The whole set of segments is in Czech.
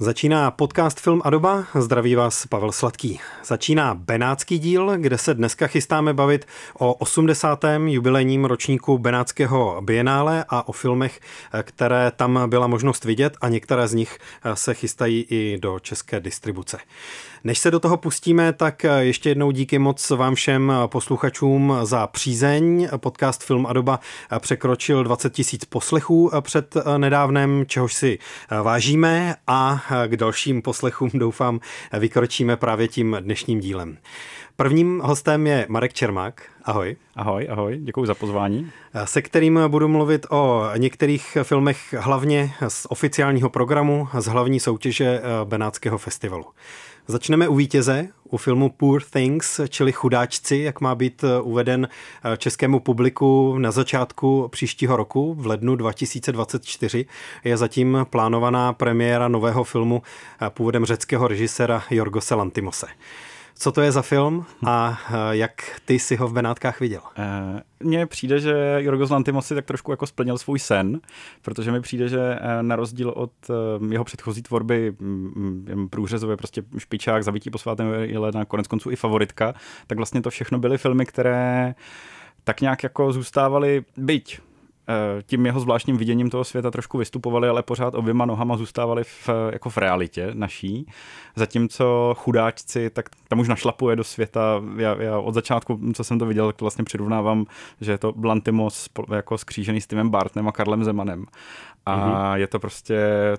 Začíná podcast Film a doba, zdraví vás Pavel Sladký. Začíná benátský díl, kde se dneska chystáme bavit o 80. jubilejním ročníku Benátského bienále a o filmech, které tam byla možnost vidět a některé z nich se chystají i do české distribuce. Než se do toho pustíme, tak ještě jednou díky moc vám všem posluchačům za přízeň. Podcast Film a doba překročil 20 000 poslechů před nedávnem, čehož si vážíme a k dalším poslechům doufám vykročíme právě tím dnešním dílem. Prvním hostem je Marek Čermák. Ahoj. Ahoj, děkuji za pozvání. Se kterým budu mluvit o některých filmech hlavně z oficiálního programu, z hlavní soutěže Benátského festivalu. Začneme u vítěze, u filmu Poor Things, čili Chudáčci, jak má být uveden českému publiku na začátku příštího roku, v lednu 2024. Je zatím plánovaná premiéra nového filmu původem řeckého režiséra Yorgose Lanthimose. Co to je za film a jak ty si ho v Benátkách viděl? Mně přijde, že Yorgos Lanthimos si tak trošku jako splnil svůj sen, protože mi přijde, že na rozdíl od jeho předchozí tvorby průřezově prostě Špičák, Zavití posvátného jelena, konec konců i Favoritka, tak vlastně to všechno byly filmy, které tak nějak jako zůstávaly byť tím jeho zvláštním viděním toho světa trošku vystupovali, ale pořád oběma nohama zůstávali jako v realitě naší. Zatímco Chudáčci, tak tam už našlapuje do světa. Já od začátku, co jsem to viděl, to vlastně přirovnávám, že je to Lanthimos jako skřížený s Timem Bartonem a Karlem Zemanem. A je to prostě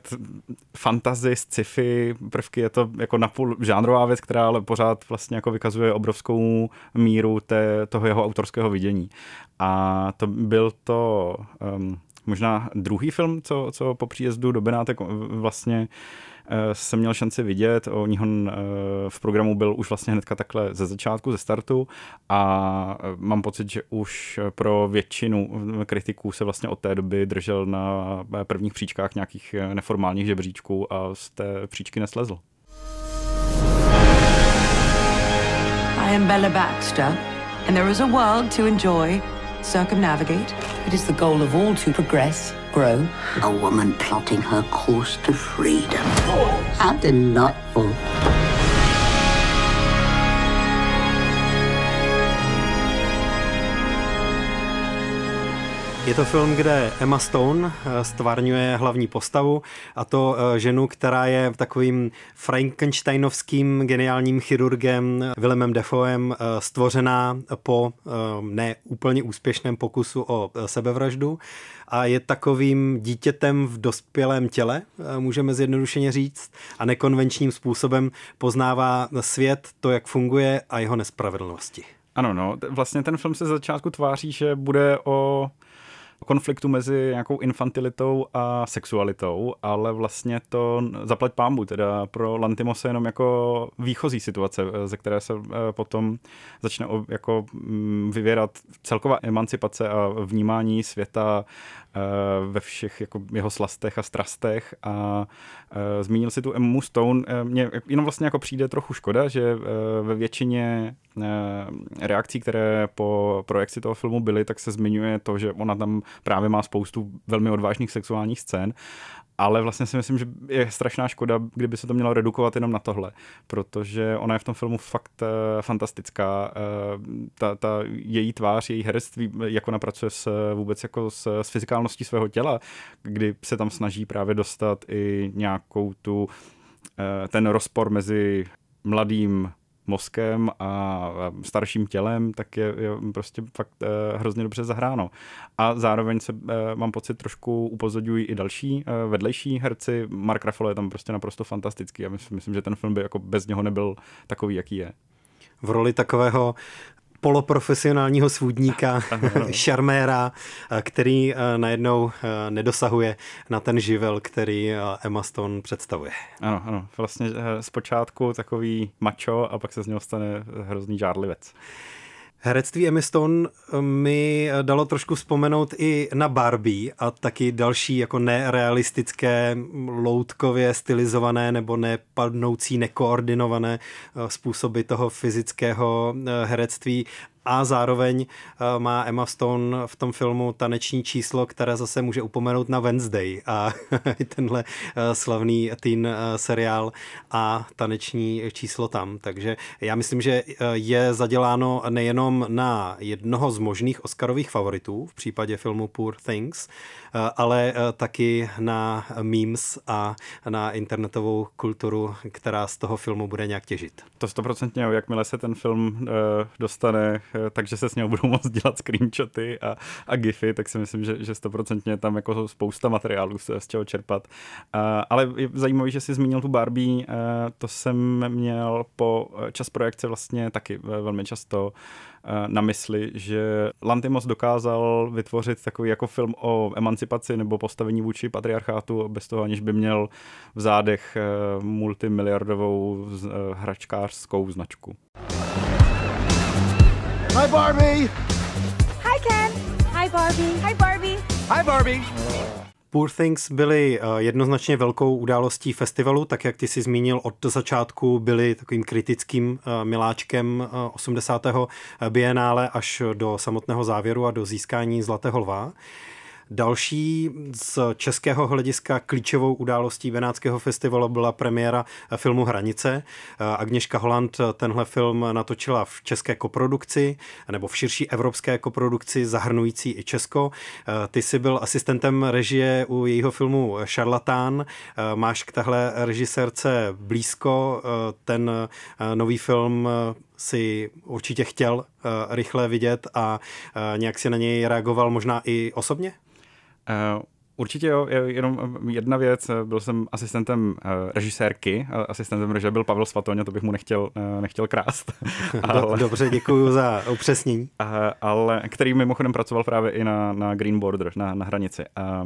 fantasy, sci-fi prvky, je to jako napůl žánrová věc, která ale pořád vlastně jako vykazuje obrovskou míru toho jeho autorského vidění. A to byl to možná druhý film, co po příjezdu do Benátek vlastně jsem měl šanci vidět. On v programu byl už vlastně hnedka takhle ze začátku, ze startu a mám pocit, že už pro většinu kritiků se vlastně od té doby držel na prvních příčkách nějakých neformálních žebříčků a z té příčky neslezl. I am Bella Baxter and there is a world to enjoy. Circumnavigate. It is the goal of all to progress, grow. A woman plotting her course to freedom. How delightful. Je to film, kde Emma Stone stvárňuje hlavní postavu a to ženu, která je takovým frankensteinovským geniálním chirurgem Willemem Dafoem stvořená po neúplně úspěšném pokusu o sebevraždu a je takovým dítětem v dospělém těle, můžeme zjednodušeně říct, a nekonvenčním způsobem poznává svět, to, jak funguje a jeho nespravedlnosti. Ano, no, vlastně ten film se z začátku tváří, že bude o konfliktu mezi nějakou infantilitou a sexualitou, ale vlastně to zaplať pánbůh, teda pro Lanthimose jenom jako výchozí situace, ze které se potom začne jako vyvěrat celková emancipace a vnímání světa ve všech jako jeho slastech a strastech a zmínil si tu Emmu Stone. Mně jenom vlastně jako přijde trochu škoda, že ve většině reakcí, které po projekci toho filmu byly, tak se zmiňuje to, že ona tam právě má spoustu velmi odvážných sexuálních scén, ale vlastně si myslím, že je strašná škoda, kdyby se to mělo redukovat jenom na tohle, protože ona je v tom filmu fakt fantastická. Ta její tvář, její herectví, jak ona pracuje vůbec jako s fyzikálností svého těla, kdy se tam snaží právě dostat i nějakou ten rozpor mezi mladým mozkem a starším tělem, tak je prostě fakt hrozně dobře zahráno. A zároveň se, mám pocit, trošku upozorňují i další vedlejší herci. Mark Ruffalo je tam prostě naprosto fantastický a myslím, že ten film by jako bez něho nebyl takový, jaký je. V roli takového poloprofesionálního svůdníka, šarméra, který najednou nedosahuje na ten živel, který Emma Stone představuje. Ano, vlastně zpočátku takový macho a pak se z něho stane hrozný žárlivec. Herectví Emmy Stone mi dalo trošku vzpomenout i na Barbie a taky další jako nerealistické, loutkově stylizované nebo nepadnoucí, nekoordinované způsoby toho fyzického herectví. a zároveň má Emma Stone v tom filmu taneční číslo, které zase může upomenout na Wednesday a tenhle slavný teen seriál a taneční číslo tam. Takže já myslím, že je zaděláno nejenom na jednoho z možných Oscarových favoritů v případě filmu Poor Things, ale taky na memes a na internetovou kulturu, která z toho filmu bude nějak těžit. To 100%, jakmile se ten film dostane, takže se s něho budou moct dělat screenshoty a gify, tak si myslím, že 100% tam jako spousta materiálů z čeho čerpat. Ale je zajímavý, že jsi zmínil tu Barbie, to jsem měl po čas projekce vlastně taky velmi často na mysli, že Lanthimos dokázal vytvořit takový jako film o emancipaci nebo postavení vůči patriarchátu bez toho, aniž by měl v zádech multimiliardovou hračkářskou značku. Hi Barbie! Hi Ken! Hi Barbie! Hi Barbie! Hi Barbie! Poor Things byly jednoznačně velkou událostí festivalu, tak jak ty jsi zmínil, od začátku byli takovým kritickým miláčkem 80. bienále až do samotného závěru a do získání Zlatého lva. Další z českého hlediska klíčovou událostí Benátského festivalu byla premiéra filmu Hranice. Agněška Holland tenhle film natočila v české koprodukci nebo v širší evropské koprodukci zahrnující i Česko. Ty jsi byl asistentem režie u jejího filmu Šarlatán. Máš k tahle režisérce blízko. Ten nový film si určitě chtěl rychle vidět a nějak si na něj reagoval možná i osobně? Určitě jo, jenom jedna věc, byl jsem asistentem režisérky, asistentem režie byl Pavel Svatoň, to bych mu nechtěl krást. Dobře, děkuju za upřesnění. Ale který mimochodem pracoval právě i na Green Border, na Hranici.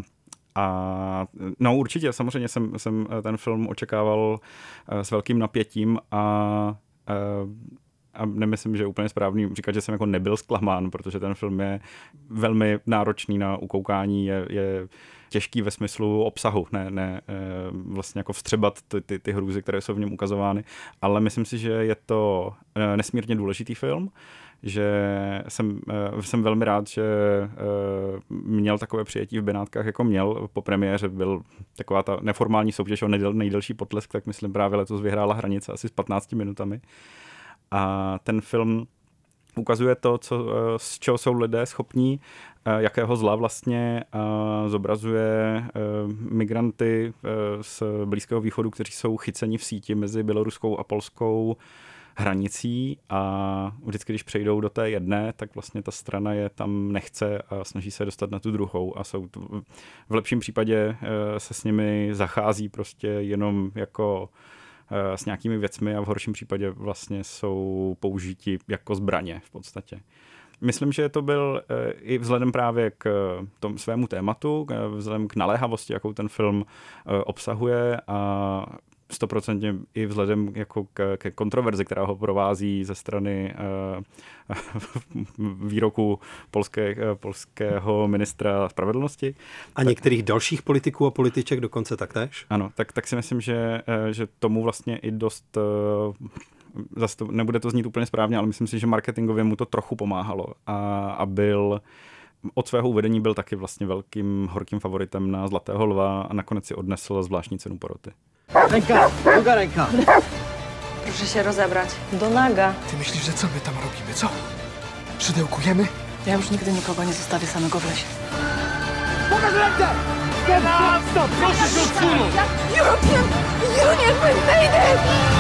No určitě, samozřejmě jsem ten film očekával s velkým napětím a nemyslím, že je úplně správný říkat, že jsem jako nebyl zklamán, protože ten film je velmi náročný na ukoukání, je těžký ve smyslu obsahu, ne vlastně jako vstřebat ty hrůzy, které jsou v něm ukazovány, ale myslím si, že je to nesmírně důležitý film, že jsem velmi rád, že měl takové přijetí v Benátkách, jako měl po premiéře, byl taková ta neformální soutěž o nejdelší potlesk, tak myslím právě letos vyhrála Hranice asi s 15 minutami. A ten film ukazuje to, z čeho jsou lidé schopní, jakého zla vlastně, zobrazuje migranty z Blízkého východu, kteří jsou chyceni v síti mezi běloruskou a polskou hranicí a vždycky, když přejdou do té jedné, tak vlastně ta strana je tam nechce a snaží se dostat na tu druhou a v lepším případě se s nimi zachází prostě jenom jako s nějakými věcmi a v horším případě vlastně jsou použiti jako zbraně v podstatě. Myslím, že to byl i vzhledem právě k tomu svému tématu, vzhledem k naléhavosti, jakou ten film obsahuje a 100% i vzhledem jako ke kontroverzi, která ho provází ze strany výroku polského ministra spravedlnosti. A některých dalších politiků a političek dokonce taktéž? Ano, tak si myslím, že tomu vlastně i dost, zase to, nebude to znít úplně správně, ale myslím si, že marketingově mu to trochu pomáhalo a byl od svého uvedení byl taky vlastně velkým horkým favoritem na Zlatého lva a nakonec si odnesl zvláštní cenu poroty. Ręka! Druga ręka! Proszę się rozebrać. Do naga. Ty myślisz, że co my tam robimy, co? Szydełkujemy? Ja już nigdy nikogo nie zostawię samego w lesie. Pokaż rękę! Stop! Proszę się odsunąć! European Union invaded!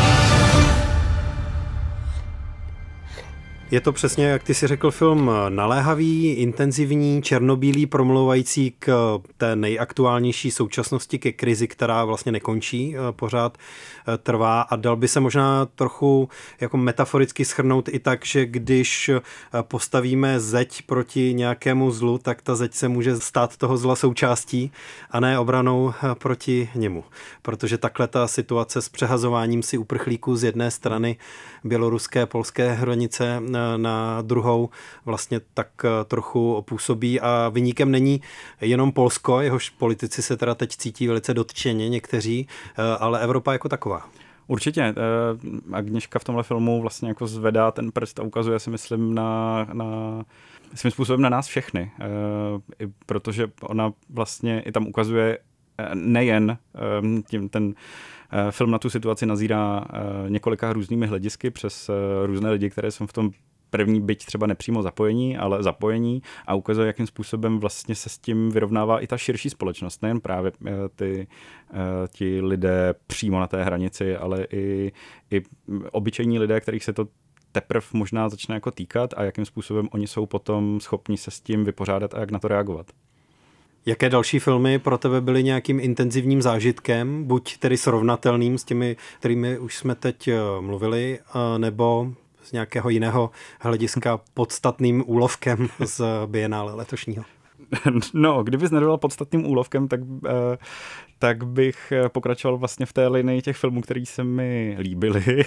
Je to přesně, jak ty si řekl, film naléhavý, intenzivní, černobílý, promlouvající k té nejaktuálnější současnosti, ke krizi, která vlastně nekončí, pořád trvá a dal by se možná trochu jako metaforicky shrnout i tak, že když postavíme zeď proti nějakému zlu, tak ta zeď se může stát toho zla součástí a ne obranou proti němu. Protože takhle ta situace s přehazováním si uprchlíků z jedné strany běloruské, polské hranice na druhou vlastně tak trochu působí a viníkem není jenom Polsko, jehož politici se teda teď cítí velice dotčeně někteří, ale Evropa jako taková. Určitě. Agněška v tomhle filmu vlastně jako zvedá ten prst a ukazuje si, myslím, na svým způsobem na nás všechny. Protože ona vlastně i tam ukazuje nejen ten film na tu situaci nazírá několika různými hledisky přes různé lidi, které jsou v tom první, byť třeba nepřímo zapojení a ukazuje, jakým způsobem vlastně se s tím vyrovnává i ta širší společnost. Nejen právě ti lidé přímo na té hranici, ale i obyčejní lidé, kterých se to teprve možná začne jako týkat a jakým způsobem oni jsou potom schopni se s tím vypořádat a jak na to reagovat. Jaké další filmy pro tebe byly nějakým intenzivním zážitkem, buď tedy srovnatelným s těmi, kterými už jsme teď mluvili, nebo z nějakého jiného hlediska podstatným úlovkem z Bienále letošního? No, kdybys nedodal podstatným úlovkem, tak bych pokračoval vlastně v té linii těch filmů, které se mi líbily,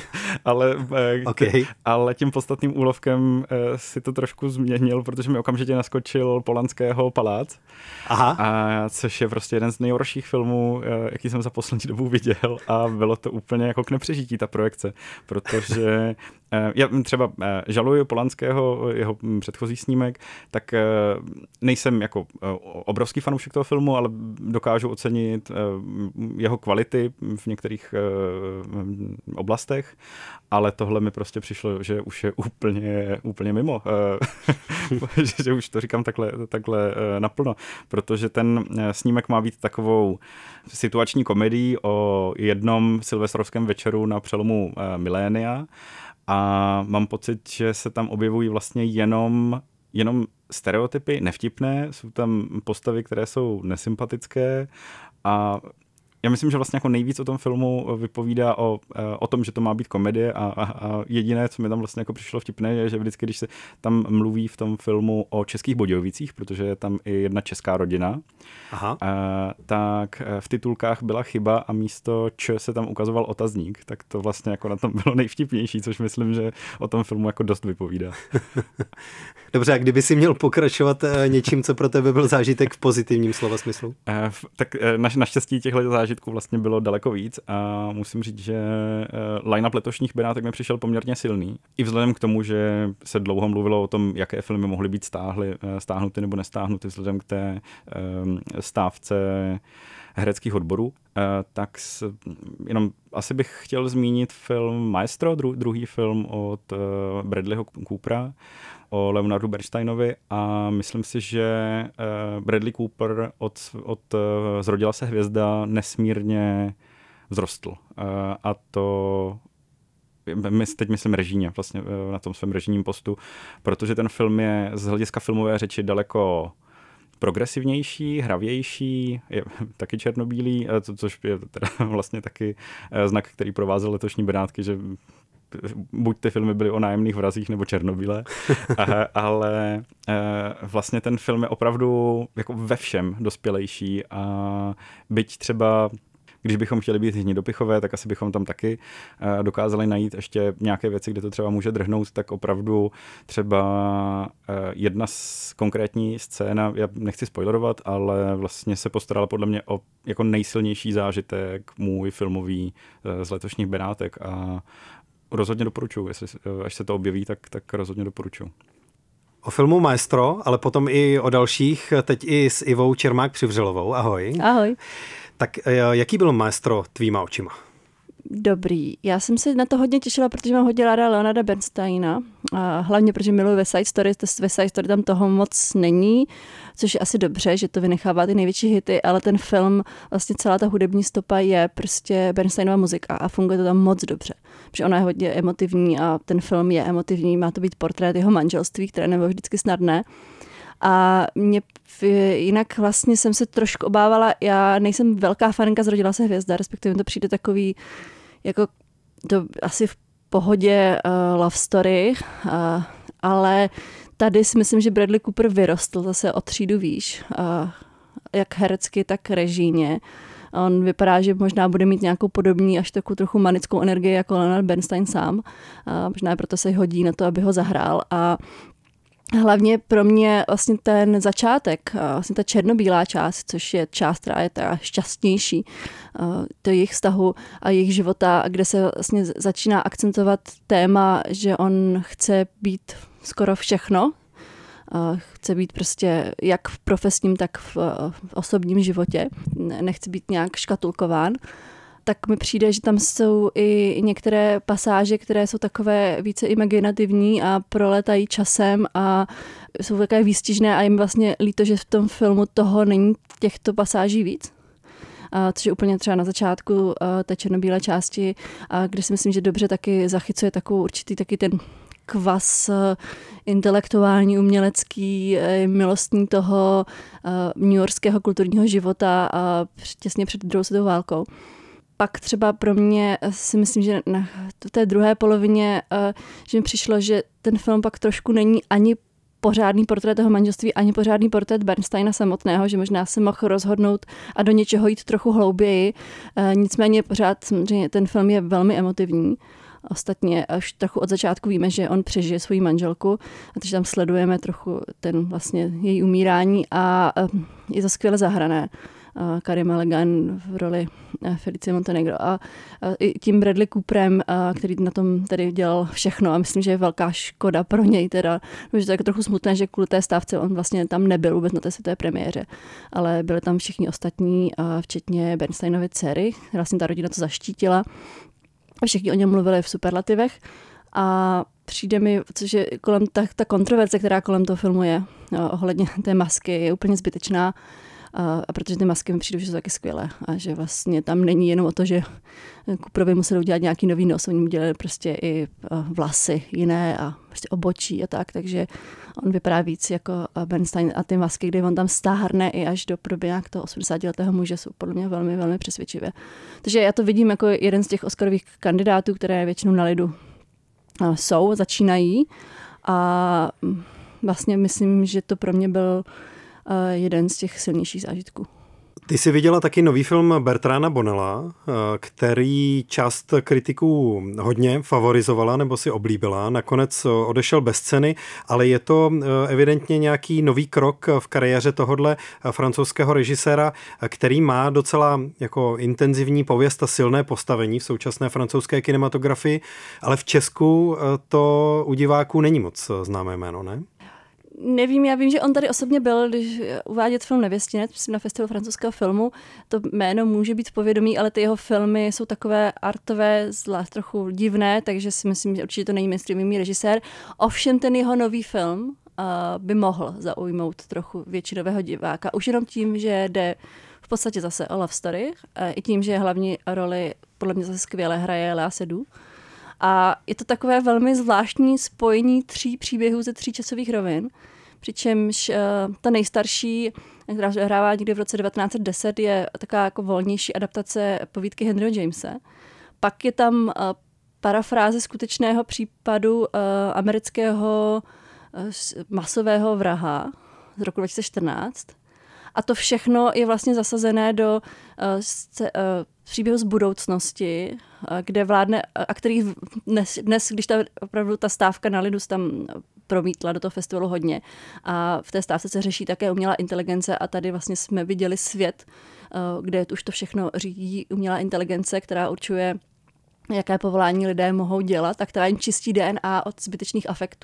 ale tím podstatným úlovkem si to trošku změnil, protože mi okamžitě naskočil Polanského Palác. Aha. Což je prostě jeden z nejhorších filmů, jaký jsem za poslední dobu viděl a bylo to úplně jako k nepřežití ta projekce, protože já třeba žaluji Polanského, jeho předchozí snímek, tak nejsem jako obrovský fanoušek toho filmu, ale dokážu ocenit jeho kvality v některých oblastech, ale tohle mi prostě přišlo, že už je úplně mimo. že už to říkám takhle naplno, protože ten snímek má být takovou situační komedií o jednom silvestrovském večeru na přelomu milénia a mám pocit, že se tam objevují vlastně jenom stereotypy, nevtipné, jsou tam postavy, které jsou nesympatické a já myslím, že vlastně jako nejvíc o tom filmu vypovídá o tom, že to má být komedie a jediné, co mi tam vlastně jako přišlo vtipné, je, že vždycky, když se tam mluví v tom filmu o Českých Budějovicích, protože je tam i jedna česká rodina, tak v titulkách byla chyba a místo Č se tam ukazoval otazník, tak to vlastně jako na tom bylo nejvtipnější, což myslím, že o tom filmu jako dost vypovídá. Dobře, a kdyby si měl pokračovat něčím, co pro tebe byl zážitek v pozitivním slova smyslu? Tak naštěstí těchto zážitků vlastně bylo daleko víc a musím říct, že line-up letošních Benátek mi přišel poměrně silný. I vzhledem k tomu, že se dlouho mluvilo o tom, jaké filmy mohly být stáhnuty nebo nestáhnuty vzhledem k té stávce hereckých odborů, tak jenom asi bych chtěl zmínit film Maestro, druhý film od Bradleyho Coopera o Leonardu Bernsteinovi a myslím si, že Bradley Cooper od Zrodila se hvězda nesmírně vzrostl. A to teď myslím režijně, vlastně na tom svém režijním postu, protože ten film je z hlediska filmové řeči daleko progresivnější, hravější, je taky černobílý, což je teda vlastně taky znak, který provázel letošní Benátky, že buď ty filmy byly o nájemných vrazích nebo černobílé, ale vlastně ten film je opravdu jako ve všem dospělejší a byť třeba když bychom chtěli být hnidopichové, tak asi bychom tam taky dokázali najít ještě nějaké věci, kde to třeba může drhnout, tak opravdu třeba jedna konkrétní scéna, já nechci spoilerovat, ale vlastně se postarala podle mě o jako nejsilnější zážitek můj filmový z letošních Benátek a rozhodně doporučuji, až se to objeví, tak rozhodně doporučuji. O filmu Maestro, ale potom i o dalších, teď i s Ivou Čermák-Přivřelovou. Ahoj. Ahoj. Tak jaký byl Maestro tvýma očima? Dobrý. Já jsem se na to hodně těšila, protože mám hodně ráda Leonarda Bernsteina. A hlavně, protože miluji West Side Story. West Side Story tam toho moc není, což je asi dobře, že to vynechává ty největší hity, ale ten film, vlastně celá ta hudební stopa je prostě Bernsteinova muzika a funguje to tam moc dobře. Protože ona je hodně emotivní a ten film je emotivní, má to být portrét jeho manželství, které nebylo vždycky snadné. A jinak vlastně jsem se trošku obávala, já nejsem velká fanka Zrodila se hvězda, respektive mi to přijde takový, jako to asi v pohodě love story, ale tady si myslím, že Bradley Cooper vyrostl zase o třídu výš, jak herecky, tak režijně. On vypadá, že možná bude mít nějakou podobní až takovou trochu manickou energii jako Leonard Bernstein sám. Možná proto se hodí na to, aby ho zahrál. A Hlavně pro mě vlastně ten začátek, vlastně ta černobílá část, což je část, která je ta šťastnější, to jejich vztahu a jejich života, kde se vlastně začíná akcentovat téma, že on chce být skoro všechno, chce být prostě jak v profesním, tak v osobním životě, nechce být nějak škatulkován, tak mi přijde, že tam jsou i některé pasáže, které jsou takové více imaginativní a proletají časem a jsou takové výstižné a jim vlastně líto, že v tom filmu toho není těchto pasáží víc. Což je úplně třeba na začátku té černobílé části, kde si myslím, že dobře taky zachycuje takovou určitý taky ten kvas intelektuální, umělecký, milostný toho newyorského kulturního života těsně před druhou světovou válkou. Pak třeba pro mě si myslím, že na té druhé polovině, že mi přišlo, že ten film pak trošku není ani pořádný portrét toho manželství, ani pořádný portrét Bernsteina samotného, že možná se mohl rozhodnout a do něčeho jít trochu hlouběji. Nicméně pořád samozřejmě ten film je velmi emotivní. Ostatně až trochu od začátku víme, že on přežije svoji manželku, takže tam sledujeme trochu ten vlastně její umírání a je to skvěle zahrané. Carey Mulligan v roli Felicie Montenegro a i tím Bradley Cooperem, který na tom tady dělal všechno a myslím, že je velká škoda pro něj teda, že to je trochu smutné, že kvůli té stávce on vlastně tam nebyl vůbec na té světové premiéře, ale byli tam všichni ostatní, včetně Bernsteinovy dcery, vlastně ta rodina to zaštítila a všichni o něm mluvili v superlativech a přijde mi, což je kolem ta kontroverze, která kolem toho filmu je, ohledně té masky, je úplně zbytečná. A protože ty masky mi přijdou, že jsou taky skvělé a že vlastně tam není jenom o to, že Cooperovi museli udělat nějaký nový nos, oni mu dělali prostě i vlasy jiné a prostě obočí a tak, takže on vypadá víc jako Bernstein a ty masky, kdy on tam stárne i až do podoby nějak toho 80letého muže, jsou podle mě velmi, velmi přesvědčivé. Takže já to vidím jako jeden z těch Oscarových kandidátů, které většinou na lidu začínají a vlastně myslím, že to pro mě byl jeden z těch silnějších zážitků. Ty jsi viděla taky nový film Bertranda Bonnella, který část kritiků hodně favorizovala nebo si oblíbila. Nakonec odešel bez ceny, ale je to evidentně nějaký nový krok v kariéře tohodle francouzského režiséra, který má docela jako intenzivní pověst a silné postavení v současné francouzské kinematografii, ale v Česku to u diváků není moc známé jméno, ne? Nevím, já vím, že on tady osobně byl, když uvádět film Nevěstinec, myslím na festivalu francouzského filmu. To jméno může být v povědomí, ale ty jeho filmy jsou takové artové, zvlášť trochu divné, takže si myslím, že určitě to není mainstreamový režisér. Ovšem ten jeho nový film by mohl zaujmout trochu většinového diváka. Už jenom tím, že jde v podstatě zase o love story, i tím, že hlavní roli podle mě zase skvěle hraje Léa Seydoux. A je to takové velmi zvláštní spojení 3 příběhů ze 3 časových rovin, přičemž ta nejstarší, která se odehrává někdy v roce 1910, je taková jako volnější adaptace povídky Henryho Jamese. Pak je tam parafráze skutečného případu amerického masového vraha z roku 2014. A to všechno je vlastně zasazené do příběhu z budoucnosti, kde vládne, a který dnes, když opravdu ta stávka na lidu tam promítla do toho festivalu hodně. A v té stávce se řeší také umělá inteligence a tady vlastně jsme viděli svět, kde už to všechno řídí umělá inteligence, která určuje, jaké povolání lidé mohou dělat a která jim čistí DNA od zbytečných afektů.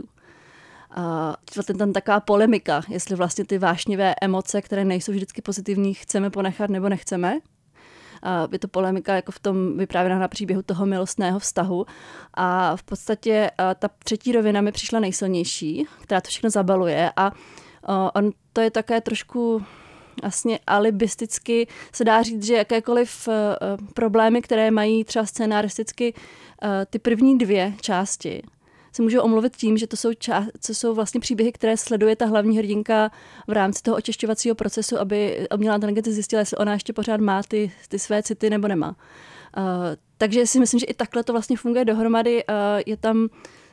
Tam taková polemika, jestli vlastně ty vášnivé emoce, které nejsou vždycky pozitivní, chceme ponechat nebo nechceme. Je to polemika jako v tom vyprávěná na příběhu toho milostného vztahu. A v podstatě ta třetí rovina mi přišla nejsilnější, která to všechno zabaluje. A on to je také trošku vlastně alibisticky se dá říct, že jakékoliv problémy, které mají třeba scénaristicky ty první 2 části, se můžou omluvit tím, že to jsou vlastně příběhy, které sleduje ta hlavní hrdinka v rámci toho očišťovacího procesu, aby umělá inteligence zjistila, jestli ona ještě pořád má ty své city nebo nemá. Takže si myslím, že i takhle to vlastně funguje dohromady. Je tam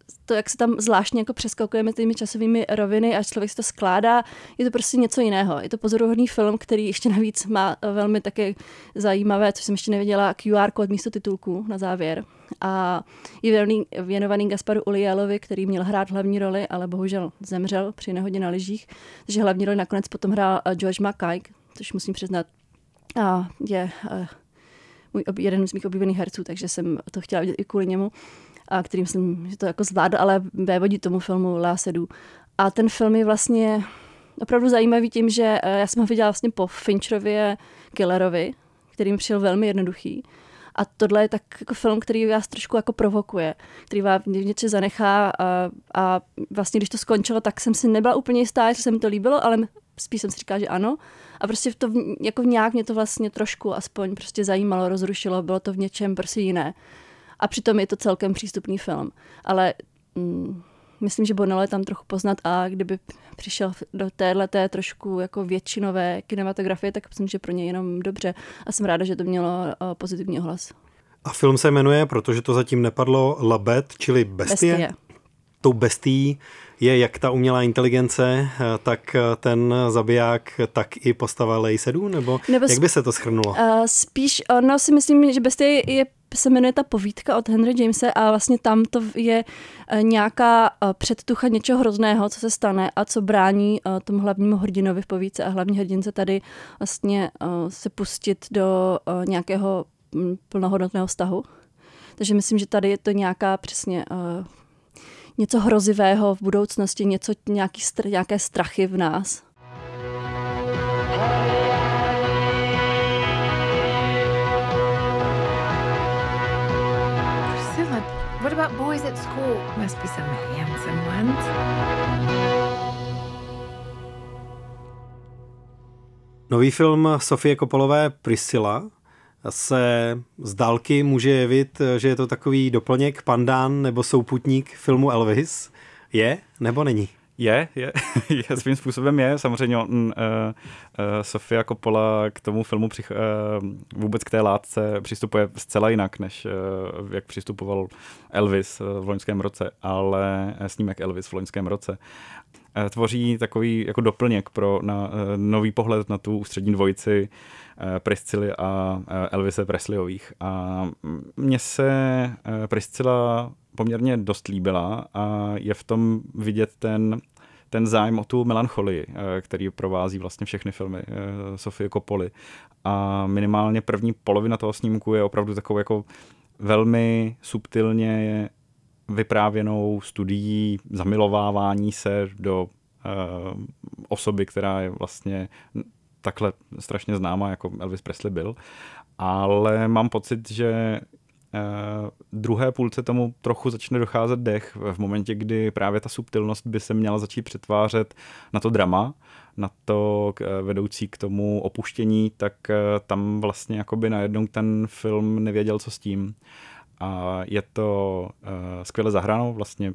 to, jak se tam zvláštně jako přeskakujeme těmi časovými roviny a člověk si to skládá, je to prostě něco jiného. Je to pozoruhodný film, který ještě navíc má velmi také zajímavé, což jsem ještě nevěděla, QR kód místo titulků na závěr. A je věnovaný Gasparu Ullialovi, který měl hrát hlavní roli, ale bohužel zemřel při nehodě na lyžích. Takže hlavní roli nakonec potom hrál George Mackay, což musím přiznat, a je jeden z mých oblíbených herců, takže jsem to chtěla vidět i kvůli němu, a který myslím, že to jako zvládl, ale vévodí tomu filmu Léa Seydoux. A ten film je vlastně opravdu zajímavý tím, že já jsem ho viděla vlastně po Fincherově Killerovi, který mi přišel velmi jednoduchý. A tohle je tak jako film, který vás trošku jako provokuje, který vás něco zanechá a vlastně když to skončilo, tak jsem si nebyla úplně jistá, jestli se mi to líbilo, ale spíš jsem si říkala, že ano. A prostě to jako nějak mě to vlastně trošku aspoň prostě zajímalo, rozrušilo, bylo to v něčem prostě jiné. A přitom je to celkem přístupný film. Ale myslím, že Bonello je tam trochu poznat a kdyby přišel do téhleté trošku jako většinové kinematografie, tak myslím, že pro něj jenom dobře. A jsem ráda, že to mělo pozitivní ohlas. A film se jmenuje, protože to zatím nepadlo, La Bête, čili bestie. Tou bestií je jak ta umělá inteligence, tak ten zabiják, tak i postava Léi Seydoux, nebo jak by se to shrnulo? Spíš, ono si myslím, že bestie se jmenuje ta povídka od Henry Jamese a vlastně tam to je nějaká předtucha něčeho hrozného, co se stane a co brání tomu hlavnímu hrdinovi v povídce a hlavní hrdince tady vlastně se pustit do nějakého plnohodnotného vztahu. Takže myslím, že tady je to nějaká přesně něco hrozivého v budoucnosti, nějaké strachy v nás. Priscilla, what about boys at school? Must be some handsome ones. Nový film Sofie Coppolové Priscilla se z dálky může jevit, že je to takový doplněk, pandán nebo souputník filmu Elvis. Je nebo není? Je, svým způsobem je. Samozřejmě Sofia Coppola k tomu filmu vůbec k té látce přistupuje zcela jinak, než jak přistupoval Elvis v loňském roce, ale snímek Elvis v loňském roce. Tvoří takový jako doplněk na nový pohled na tu ústřední dvojici Priscily a Elvise Presleyových. A mně se Priscilla poměrně dost líbila a je v tom vidět ten zájem o tu melancholii, který provází vlastně všechny filmy Sofie Coppoly. A minimálně první polovina toho snímku je opravdu takovou jako velmi subtilně vyprávěnou studií zamilovávání se do osoby, která je vlastně takhle strašně známá, jako Elvis Presley byl. Ale mám pocit, že druhé půlce tomu trochu začne docházet dech v momentě, kdy právě ta subtilnost by se měla začít přetvářet na to drama, na to vedoucí k tomu opuštění, tak tam vlastně jakoby najednou ten film nevěděl, co s tím. A je to skvěle zahráno, vlastně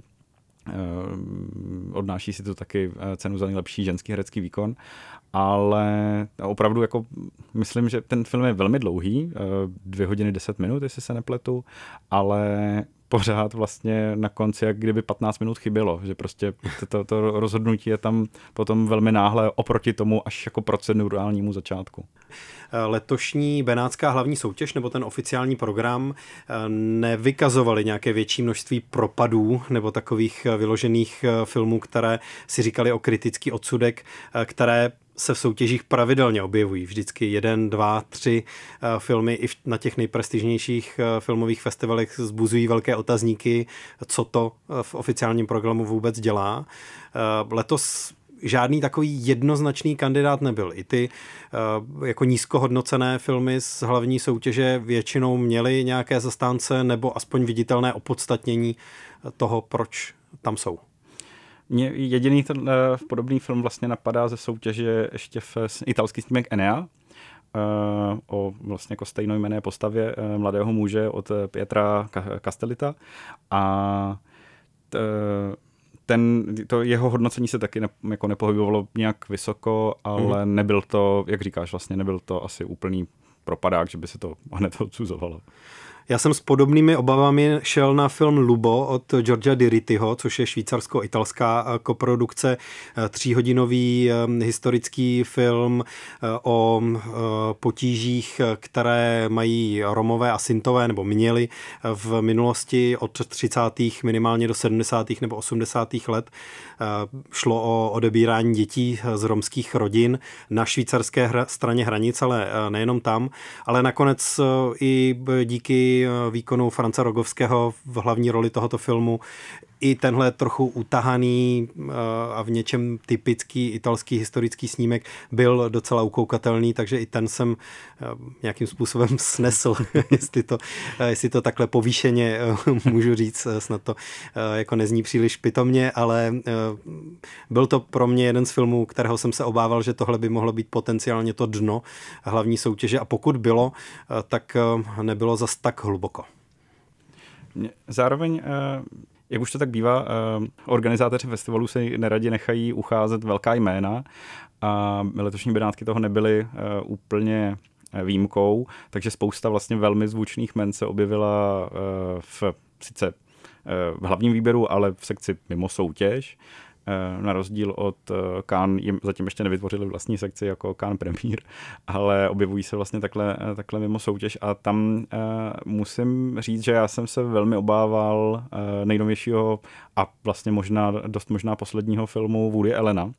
odnáší si to taky cenu za nejlepší ženský herecký výkon, ale opravdu jako myslím, že ten film je velmi dlouhý, 2 hodiny 10 minut, jestli se nepletu, ale pořád vlastně na konci, jak kdyby 15 minut chybělo, že prostě to rozhodnutí je tam potom velmi náhle oproti tomu až jako procedurálnímu začátku. Letošní benátská hlavní soutěž nebo ten oficiální program nevykazovali nějaké větší množství propadů nebo takových vyložených filmů, které si říkali o kritický odsudek, které se v soutěžích pravidelně objevují. Vždycky 1, 2, 3 filmy i na těch nejprestižnějších filmových festivalech vzbuzují velké otazníky, co to v oficiálním programu vůbec dělá. Letos žádný takový jednoznačný kandidát nebyl. I ty jako nízkohodnocené filmy z hlavní soutěže většinou měly nějaké zastánce nebo aspoň viditelné opodstatnění toho, proč tam jsou. Mě jediný podobný film vlastně napadá ze soutěže ještě v italský snímek Enea o vlastně jako stejnojmenné postavě mladého muže od Pietra Castellita a to jeho hodnocení se taky jako nepohybovalo nějak vysoko, ale nebyl to, jak říkáš, vlastně nebyl to asi úplný propadák, že by se to hned odsuzovalo. Já jsem s podobnými obavami šel na film Lubo od Georgia Dirityho, což je švýcarsko-italská koprodukce, 3hodinový historický film o potížích, které mají Romové a Sintové, nebo měli v minulosti od 30. minimálně do 70. nebo 80. let. Šlo o odebírání dětí z romských rodin na švýcarské straně hranic, ale nejenom tam, ale nakonec i díky výkonu Franza Rogovského v hlavní roli tohoto filmu i tenhle trochu utahaný a v něčem typický italský historický snímek byl docela ukoukatelný, takže i ten jsem nějakým způsobem snesl, jestli to takhle povýšeně můžu říct, snad to jako nezní příliš pitomně, ale byl to pro mě jeden z filmů, kterého jsem se obával, že tohle by mohlo být potenciálně to dno hlavní soutěže, a pokud bylo, tak nebylo zas tak hluboko. Zároveň jak už to tak bývá, organizátoři festivalu si neradi nechají ucházet velká jména a letošní Benátky toho nebyly úplně výjimkou, takže spousta vlastně velmi zvučných jmen se objevila sice v hlavním výběru, ale v sekci mimo soutěž. Na rozdíl od Cannes, jim zatím ještě nevytvořili vlastní sekci jako Cannes Premiere, ale objevují se vlastně takhle mimo soutěž a tam musím říct, že já jsem se velmi obával nejnovějšího a vlastně dost možná posledního filmu Woody Allena.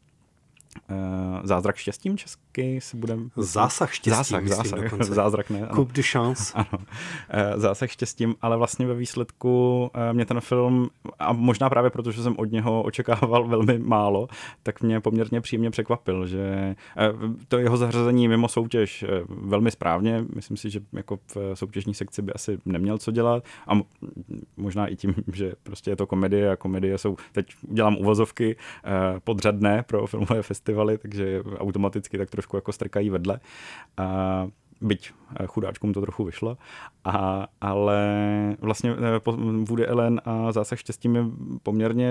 Zázrak štěstím česky si budeme... Zásah štěstím. Zázrak ne. Coup de chance. Ano. Zásah štěstím, ale vlastně ve výsledku mě ten film, a možná právě proto, že jsem od něho očekával velmi málo, tak mě poměrně příjemně překvapil, že to jeho zařazení mimo soutěž velmi správně, myslím si, že jako v soutěžní sekci by asi neměl co dělat a možná i tím, že prostě je to komedie a komedie jsou, teď dělám uvozovky podřadné pro filmové festivaly, takže automaticky tak trošku jako strkají vedle. Byť chudáčkům to trochu vyšlo. Ale vlastně Woody Allen a Zásah štěstím je poměrně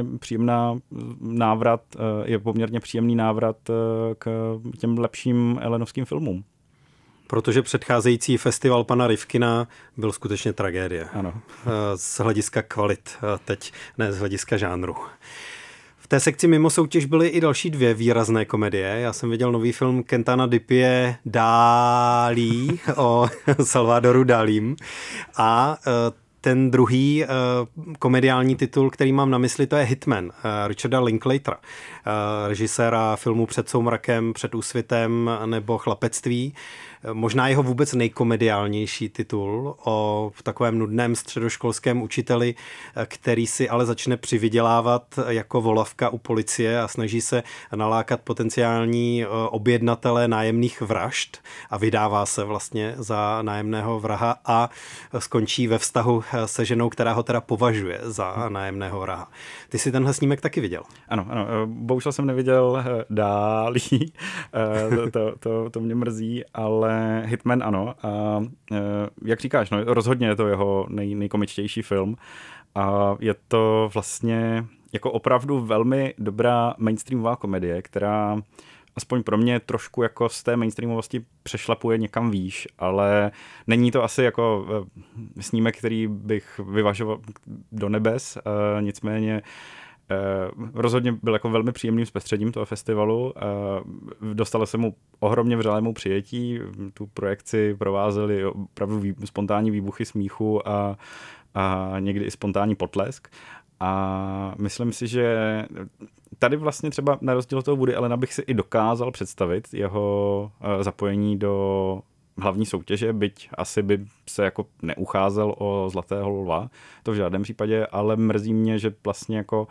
příjemný návrat k těm lepším Allenovským filmům. Protože předcházející festival pana Rifkina byl skutečně tragédie. Ano. Z hlediska kvalit, teď ne z hlediska žánru. V té sekci mimo soutěž byly i další dvě výrazné komedie. Já jsem viděl nový film Quentana Dipie Dálí o Salvadoru Dalím a ten druhý komediální titul, který mám na mysli, to je Hitman Richarda Linklatera, režiséra filmu Před soumrakem, Před úsvitem nebo Chlapectví. Možná jeho vůbec nejkomediálnější titul o takovém nudném středoškolském učiteli, který si ale začne přivydělávat jako volavka u policie a snaží se nalákat potenciální objednatele nájemných vražd a vydává se vlastně za nájemného vraha a skončí ve vztahu se ženou, která ho teda považuje za nájemného vraha. Ty jsi tenhle snímek taky viděl? Ano, bohužel jsem neviděl Dálí, to mě mrzí, ale Hitman ano. A jak říkáš, no, rozhodně je to jeho nejkomičtější film a je to vlastně jako opravdu velmi dobrá mainstreamová komedie, která aspoň pro mě trošku jako z té mainstreamovosti přešlapuje někam výš, ale není to asi jako snímek, který bych vyvažoval do nebes, nicméně rozhodně byl jako velmi příjemným zpestřením toho festivalu. Dostalo se mu ohromně vřelému přijetí, tu projekci provázely opravdu spontánní výbuchy smíchu a někdy i spontánní potlesk. A myslím si, že tady vlastně třeba na rozdíl od toho Woody Allena bych si i dokázal představit jeho zapojení do hlavní soutěže, byť asi by se jako neucházel o Zlatého lva, to v žádném případě, ale mrzí mě, že vlastně jako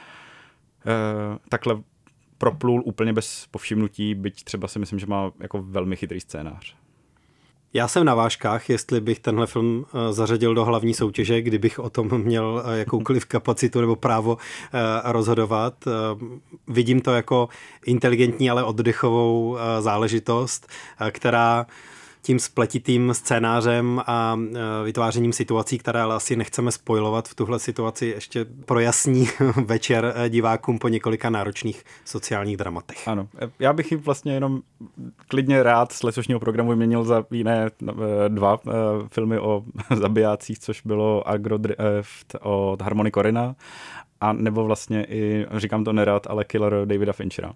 takhle proplul úplně bez povšimnutí, byť třeba si myslím, že má jako velmi chytrý scénář. Já jsem na vážkách, jestli bych tenhle film zařadil do hlavní soutěže, kdybych o tom měl jakoukoliv kapacitu nebo právo rozhodovat. Vidím to jako inteligentní, ale oddechovou záležitost, která tím spletitým scénářem a vytvářením situací, které ale asi nechceme spojovat v tuhle situaci, ještě projasní večer divákům po několika náročných sociálních dramatech. Ano, já bych jim vlastně jenom klidně rád z letošního programu vyměnil za jiné 2 filmy o zabijácích, což bylo Agrodrift od Harmony Korina, a nebo vlastně i, říkám to nerad, ale Killer Davida Finchera.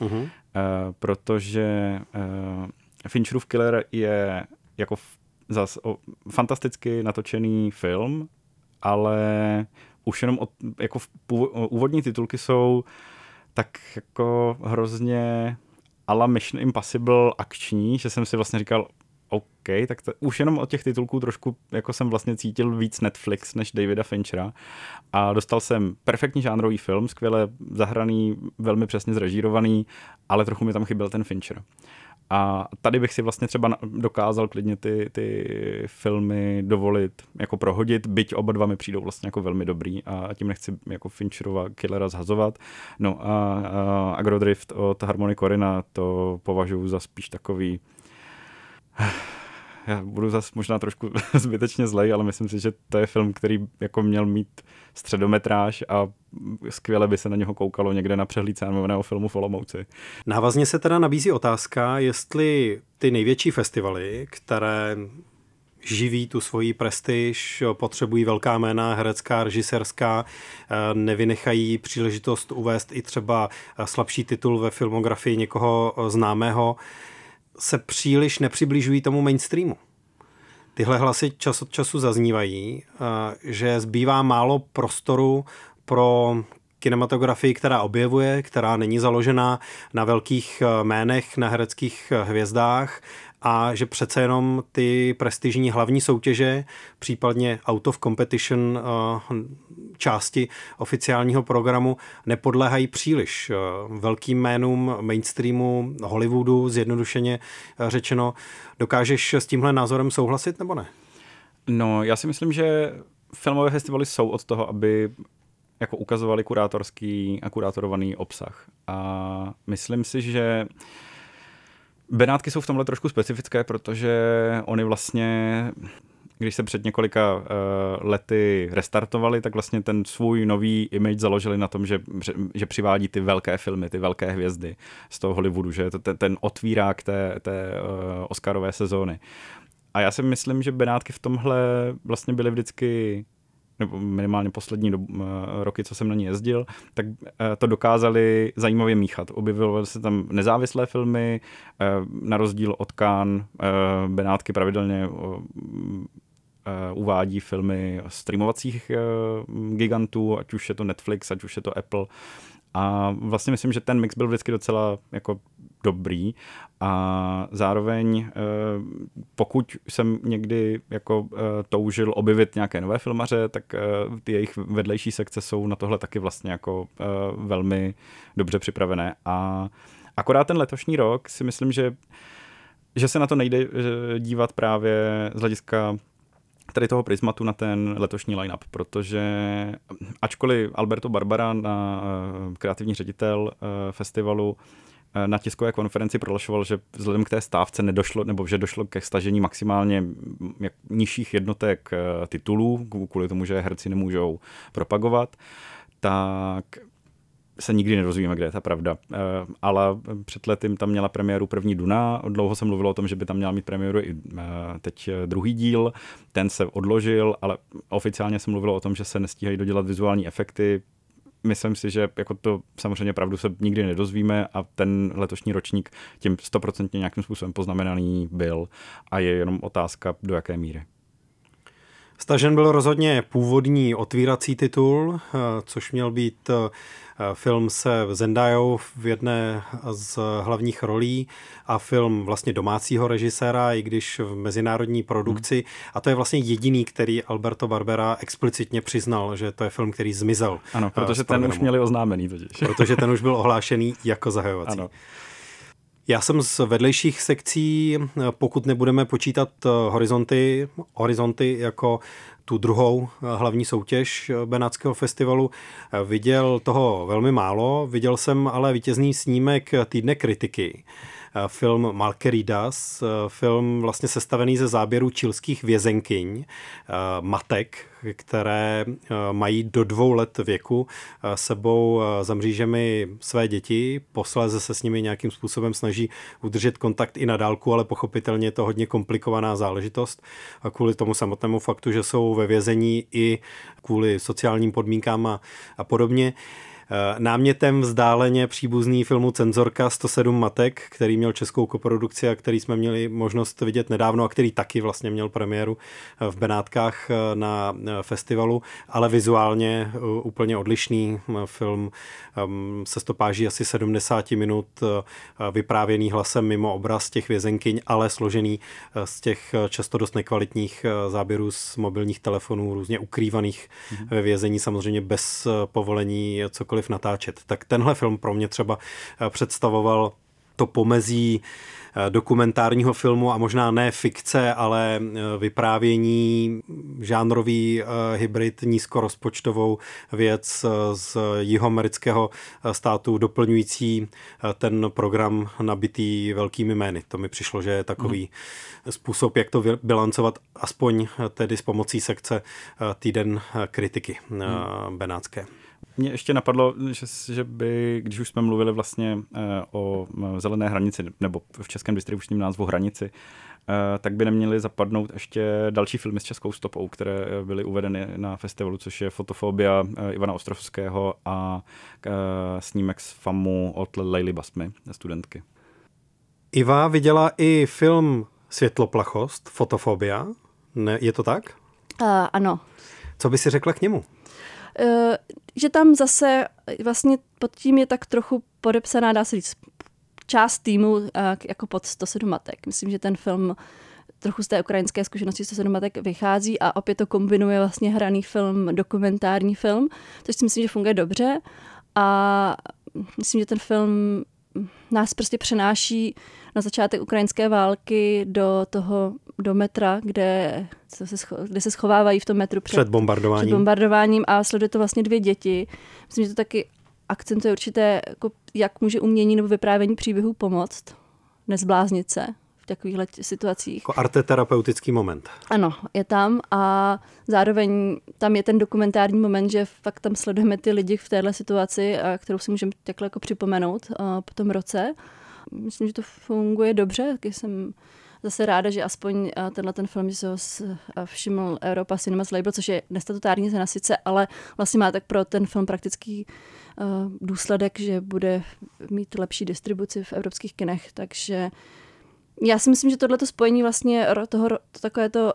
Protože Fincherův Killer je jako fantasticky natočený film, ale už jenom jako úvodní titulky jsou tak jako hrozně a la Mission Impossible akční, že jsem si vlastně říkal, OK, tak už jenom od těch titulků trošku jako jsem vlastně cítil víc Netflix než Davida Finchera a dostal jsem perfektní žánrový film, skvěle zahraný, velmi přesně zrežírovaný, ale trochu mi tam chyběl ten Fincher. A tady bych si vlastně třeba dokázal klidně ty filmy dovolit jako prohodit, byť oba dva mi přijdou vlastně jako velmi dobrý a tím nechci jako Fincherova Killera zhazovat. No a Agrodrift od Harmony Korina to považuji za spíš takový... Já budu zase možná trošku zbytečně zlej, ale myslím si, že to je film, který jako měl mít středometráž a skvěle by se na něho koukalo někde na přehlídce animovaného filmu v Olomouci. Návazně se teda nabízí otázka, jestli ty největší festivaly, které živí tu svoji prestiž, potřebují velká jména, herecká, režisérská, nevynechají příležitost uvést i třeba slabší titul ve filmografii někoho známého, se příliš nepřibližují tomu mainstreamu. Tyhle hlasy čas od času zaznívají, že zbývá málo prostoru pro kinematografii, která objevuje, která není založená na velkých jménech, na hereckých hvězdách a že přece jenom ty prestižní hlavní soutěže, případně out of competition části oficiálního programu nepodléhají příliš velkým jménům mainstreamu, Hollywoodu, zjednodušeně řečeno. Dokážeš s tímhle názorem souhlasit nebo ne? No, já si myslím, že filmové festivaly jsou od toho, aby jako ukazovali kurátorský a kurátorovaný obsah. A myslím si, že Benátky jsou v tomhle trošku specifické, protože oni vlastně, když se před několika lety restartovali, tak vlastně ten svůj nový image založili na tom, že přivádí ty velké filmy, ty velké hvězdy z toho Hollywoodu, že je to ten otvírák té Oscarové sezóny. A já si myslím, že Benátky v tomhle vlastně byly vždycky, nebo minimálně poslední roky, co jsem na ní jezdil, tak to dokázali zajímavě míchat. Objevily se tam nezávislé filmy, na rozdíl od Cannes, Benátky pravidelně uvádí filmy streamovacích gigantů, ať už je to Netflix, ať už je to Apple. A vlastně myslím, že ten mix byl vždycky docela jako dobrý a zároveň pokud jsem někdy jako toužil objevit nějaké nové filmaře, tak ty jejich vedlejší sekce jsou na tohle taky vlastně jako velmi dobře připravené. A akorát ten letošní rok si myslím, že se na to nejde dívat právě z hlediska tady toho prismatu na ten letošní line-up, protože ačkoliv Alberto Barbara, kreativní ředitel festivalu, na tiskové konferenci prohlašoval, že vzhledem k té stávce nedošlo, nebo že došlo ke stažení maximálně nižších jednotek titulů, kvůli tomu, že herci nemůžou propagovat, tak se nikdy nedozvíme, kde je ta pravda. Ale před letem tam měla premiéru první Duna, dlouho se mluvilo o tom, že by tam měla mít premiéru i teď druhý díl, ten se odložil, ale oficiálně se mluvilo o tom, že se nestíhají dodělat vizuální efekty. Myslím si, že jako to samozřejmě pravdu se nikdy nedozvíme a ten letošní ročník tím 100% nějakým způsobem poznamenaný byl a je jenom otázka, do jaké míry. Stažen byl rozhodně původní otvírací titul, což měl být film se Zendayou v jedné z hlavních rolí a film vlastně domácího režiséra, i když v mezinárodní produkci. A to je vlastně jediný, který Alberto Barbera explicitně přiznal, že to je film, který zmizel. Ano, protože ten už měli oznámený totiž. Protože ten už byl ohlášený jako zahajovací. Ano. Já jsem z vedlejších sekcí, pokud nebudeme počítat Horizonty jako tu druhou hlavní soutěž Benátského festivalu, viděl toho velmi málo. Viděl jsem ale vítězný snímek Týdne kritiky, film Malqueridas, film vlastně sestavený ze záběrů chilských vězenkyň, matek, které mají do 2 let věku sebou za mřížemi své děti, posléze se s nimi nějakým způsobem snaží udržet kontakt i na dálku, ale pochopitelně je to hodně komplikovaná záležitost a kvůli tomu samotnému faktu, že jsou ve vězení i kvůli sociálním podmínkám a podobně. Námětem vzdáleně příbuzný filmu Cenzorka 107 matek, který měl českou koprodukci a který jsme měli možnost vidět nedávno a který taky vlastně měl premiéru v Benátkách na festivalu, ale vizuálně úplně odlišný film se stopáží asi 70 minut, vyprávěný hlasem mimo obraz těch vězenkyň, ale složený z těch často dost nekvalitních záběrů z mobilních telefonů, různě ukrývaných ve vězení, samozřejmě bez povolení cokoliv natáčet. Tak tenhle film pro mě třeba představoval to pomezí dokumentárního filmu a možná ne fikce, ale vyprávění, žánrový hybrid, nízkorozpočtovou věc z jihoamerického státu, doplňující ten program nabitý velkými jmény. To mi přišlo, že je takový způsob, jak to bilancovat, aspoň tedy s pomocí sekce Týden kritiky benátské. Mně ještě napadlo, že by, když už jsme mluvili vlastně o Zelené hranici, nebo v českém distribučním názvu Hranici, tak by neměly zapadnout ještě další filmy s českou stopou, které byly uvedeny na festivalu, což je Fotofobia Ivana Ostrovského a snímek z FAMu od Leily Basmy, studentky. Iva viděla i film Světloplachost, Fotofobia. Ne, je to tak? Ano. Co by si řekla k němu? Že tam zase vlastně pod tím je tak trochu podepsaná, dá se říct, část týmu jako pod 107 matek. Myslím, že ten film trochu z té ukrajinské zkušenosti 107 matek vychází a opět to kombinuje vlastně hraný film, dokumentární film, což si myslím, že funguje dobře a myslím, že ten film nás prostě přenáší na začátek ukrajinské války do metra, kde se schovávají v tom metru před bombardováním a sleduje to vlastně 2 děti. Myslím, že to taky akcentuje určité, jako, jak může umění nebo vyprávění příběhů pomoct, nezbláznit se v takovýchto situacích. Jako arteterapeutický moment. Ano, je tam a zároveň tam je ten dokumentární moment, že fakt tam sledujeme ty lidi v téhle situaci, kterou si můžeme takhle jako připomenout po tom roce. Myslím, že to funguje dobře, taky jsem zase ráda, že aspoň tenhle ten film, že se ho všiml Europa Cinemas Label, což je nestatutární cena sice, ale vlastně má tak pro ten film praktický důsledek, že bude mít lepší distribuci v evropských kinech, takže já si myslím, že tohleto spojení vlastně takovéto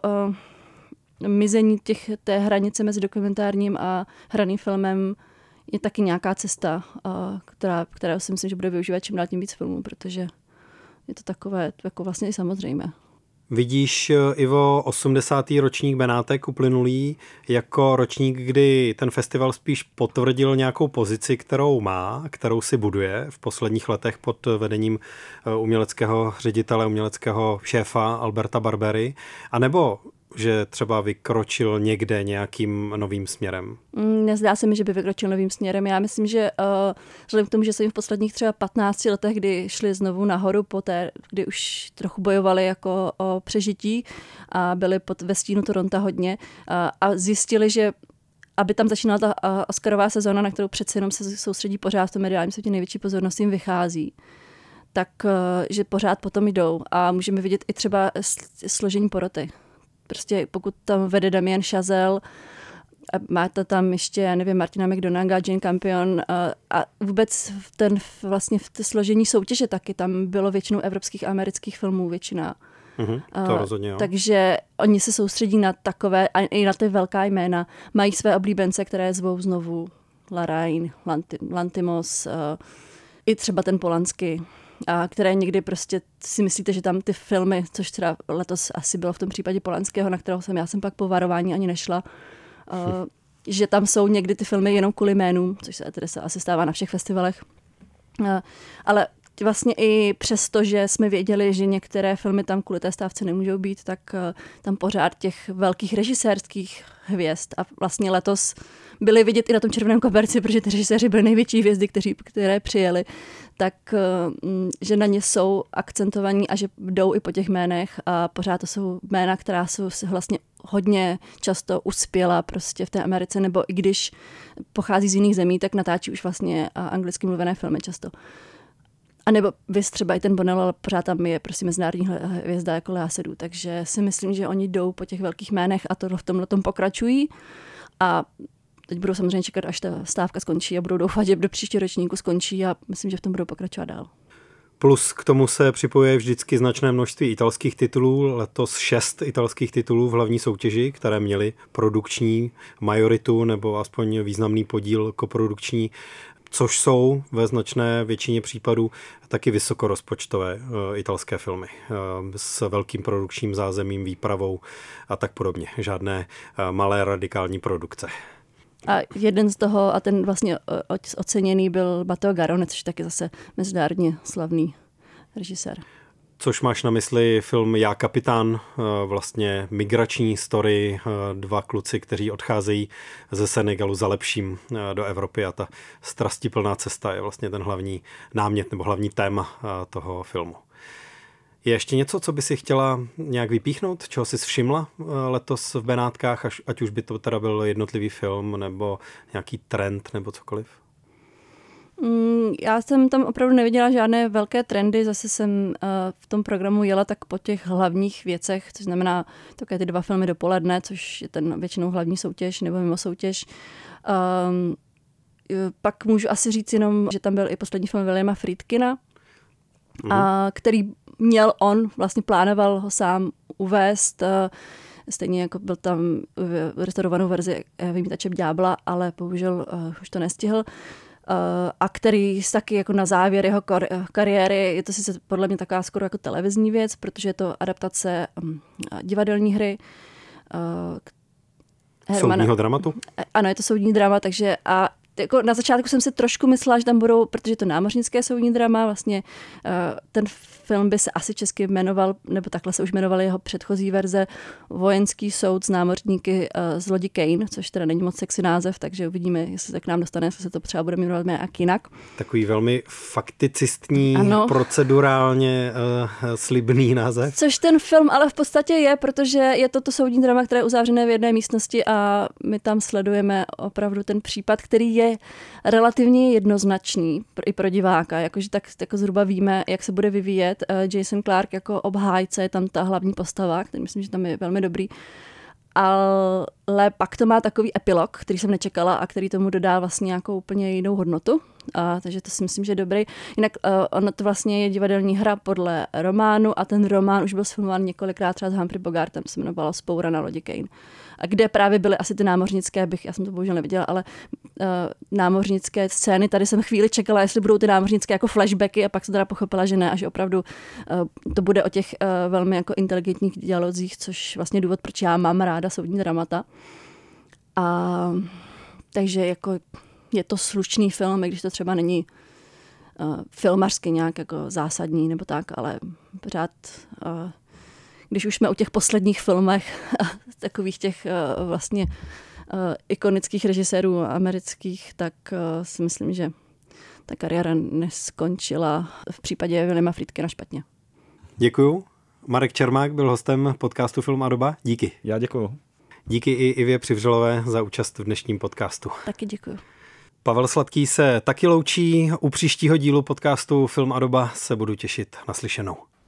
mizení té hranice mezi dokumentárním a hraným filmem je taky nějaká cesta, která si myslím, že bude využívat čím dál tím víc filmů, protože je to takové jako vlastně i samozřejmé. Vidíš, Ivo, 80. ročník Benátek uplynulý jako ročník, kdy ten festival spíš potvrdil nějakou pozici, kterou má, kterou si buduje v posledních letech pod vedením uměleckého ředitele, uměleckého šéfa Alberta Barbery, anebo že třeba vykročil někde nějakým novým směrem? Nezdá se mi, že by vykročil novým směrem. Já myslím, že vzhledem k tomu, že se jim v posledních třeba 15 letech, kdy šli znovu nahoru poté, kdy už trochu bojovali jako o přežití a byli ve stínu Toronta hodně a zjistili, že aby tam začínala ta Oscarová sezóna, na kterou přece jenom se soustředí pořád v tom mediálním světě, největší pozornost jim vychází, tak že pořád potom jdou a můžeme vidět i třeba složení poroty. Prostě pokud tam vede Damien Chazelle, a máte tam ještě, já nevím, Martina McDonagha, Jane Campion a vůbec vlastně v té složení soutěže taky tam bylo většinou evropských a amerických filmů většina. To rozhodně, jo. Takže oni se soustředí na takové, a i na ty velká jména. Mají své oblíbence, které zvou znovu Larraín, Lantimos, i třeba ten Polanský, a které někdy prostě si myslíte, že tam ty filmy, což třeba letos asi bylo v tom případě Polanského, na kterého já jsem pak po varování ani nešla, že tam jsou někdy ty filmy jenom kvůli jménům, což se tedy asi stává na všech festivalech. Ale vlastně i přesto, že jsme věděli, že některé filmy tam kvůli té stávce nemůžou být, tak tam pořád těch velkých režisérských hvězd a vlastně letos byli vidět i na tom červeném koberci, protože ty režiséři byli největší hvězdy, které přijeli, tak že na ně jsou akcentovaní a že jdou i po těch jménech a pořád to jsou jména, která jsou vlastně hodně často uspěla prostě v té Americe, nebo i když pochází z jiných zemí, tak natáčí už vlastně anglicky mluvené filmy často. A nebo vys třeba i ten Bonello, ale pořád tam je prostě mezinárodní hvězda jako Lea Seydoux, takže si myslím, že oni jdou po těch velkých jménech a to v tomhle tom pokračují a teď budou samozřejmě čekat, až ta stávka skončí a budou doufat, že do příštího ročníku skončí a myslím, že v tom budou pokračovat dál. Plus k tomu se připojuje vždycky značné množství italských titulů, letos 6 italských titulů v hlavní soutěži, které měly produkční majoritu nebo aspoň významný podíl koprodukční, což jsou ve značné většině případů taky vysokorozpočtové italské filmy s velkým produkčním zázemím, výpravou a tak podobně. Žádné malé radikální produkce. A jeden z toho, a ten vlastně oceněný byl Matteo Garrone, což je taky zase mezinárodně slavný režisér. Což máš na mysli film Já kapitán, vlastně migrační story, 2 kluci, kteří odcházejí ze Senegalu za lepším do Evropy a ta strastiplná cesta je vlastně ten hlavní námět nebo hlavní téma toho filmu. Je ještě něco, co by si chtěla nějak vypíchnout, čeho jsi všimla letos v Benátkách, ať už by to teda byl jednotlivý film nebo nějaký trend nebo cokoliv? Já jsem tam opravdu neviděla žádné velké trendy, zase jsem v tom programu jela tak po těch hlavních věcech, což znamená také ty 2 filmy dopoledne, což je ten většinou hlavní soutěž nebo mimo soutěž. Pak můžu asi říct jenom, že tam byl i poslední film Williama Friedkina, který vlastně plánoval ho sám uvést, stejně jako byl tam restaurovanou verzi Vymítače ďábla, ale bohužel už to nestihl. A který taky jako na závěr jeho kariéry, je to sice podle mě taková skoro jako televizní věc, protože je to adaptace divadelní hry. Soudního dramatu? Ano, je to soudní drama, takže a jako na začátku jsem si trošku myslela, že tam budou, protože je to námořnické soudní drama, vlastně ten film by se asi česky jmenoval, nebo takhle se už jmenovaly jeho předchozí verze, Vojenský soud s námořníky z lodi Kane, což teda není moc sexy název, takže uvidíme, jestli se k nám dostane, jestli se to třeba bude jmenovat nějak jinak. Takový velmi fakticistní, ano. Procedurálně slibný název. Což ten film ale v podstatě je, protože je to soudní drama, které je uzavřené v jedné místnosti a my tam sledujeme opravdu ten případ, který je relativně jednoznačný i pro diváka, jakože tak jako zhruba víme, jak se bude vyvíjet. Jason Clarke jako obhájce je tam ta hlavní postava, který myslím, že tam je velmi dobrý. Ale pak to má takový epilog, který jsem nečekala a který tomu dodá vlastně nějakou úplně jinou hodnotu. Takže to si myslím, že je dobrý. Jinak ono to vlastně je divadelní hra podle románu a ten román už byl sfilmován několikrát třeba s Humphrey Bogartem, se jmenovalo Vzpoura na lodi Kane. A kde právě byly asi ty námořnické, já jsem to bohužel neviděla, ale námořnické scény, tady jsem chvíli čekala, jestli budou ty námořnické jako flashbacky a pak jsem teda pochopila, že ne a že opravdu to bude o těch velmi jako inteligentních dialozích, což vlastně důvod, proč já mám ráda soudní dramata. Takže jako je to slušný film, i když to třeba není filmařsky nějak jako zásadní nebo tak, ale pořád, když už jsme u těch posledních filmech takových těch vlastně ikonických režisérů amerických, tak si myslím, že ta kariéra neskončila v případě Williama Friedkina špatně. Děkuju. Marek Čermák byl hostem podcastu Film a doba. Díky. Já děkuju. Díky i Ivě Přivřelové za účast v dnešním podcastu. Taky děkuju. Pavel Sladký se taky loučí. U příštího dílu podcastu Film a doba se budu těšit. Naslyšenou.